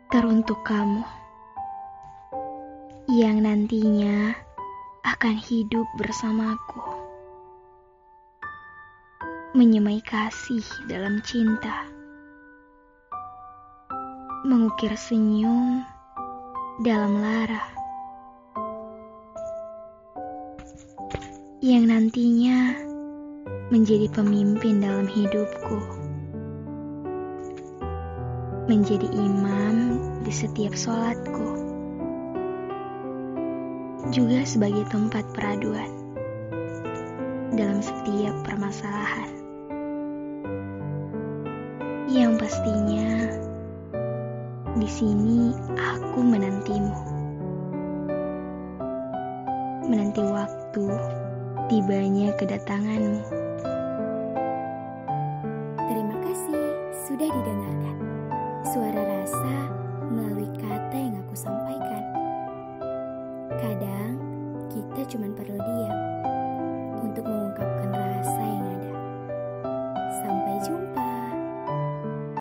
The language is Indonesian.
Teruntuk kamu yang nantinya akan hidup bersamaku, menyemai kasih dalam cinta, mengukir senyum dalam lara, yang nantinya menjadi pemimpin dalam hidupku, menjadi imam di setiap sholatku, juga sebagai tempat peraduan dalam setiap permasalahan. Yang pastinya di sini aku menantimu, menanti waktu tibanya kedatanganmu. Terima kasih sudah didengarkan. Suara rasa melalui kata yang aku sampaikan. Kadang kita cuma perlu diam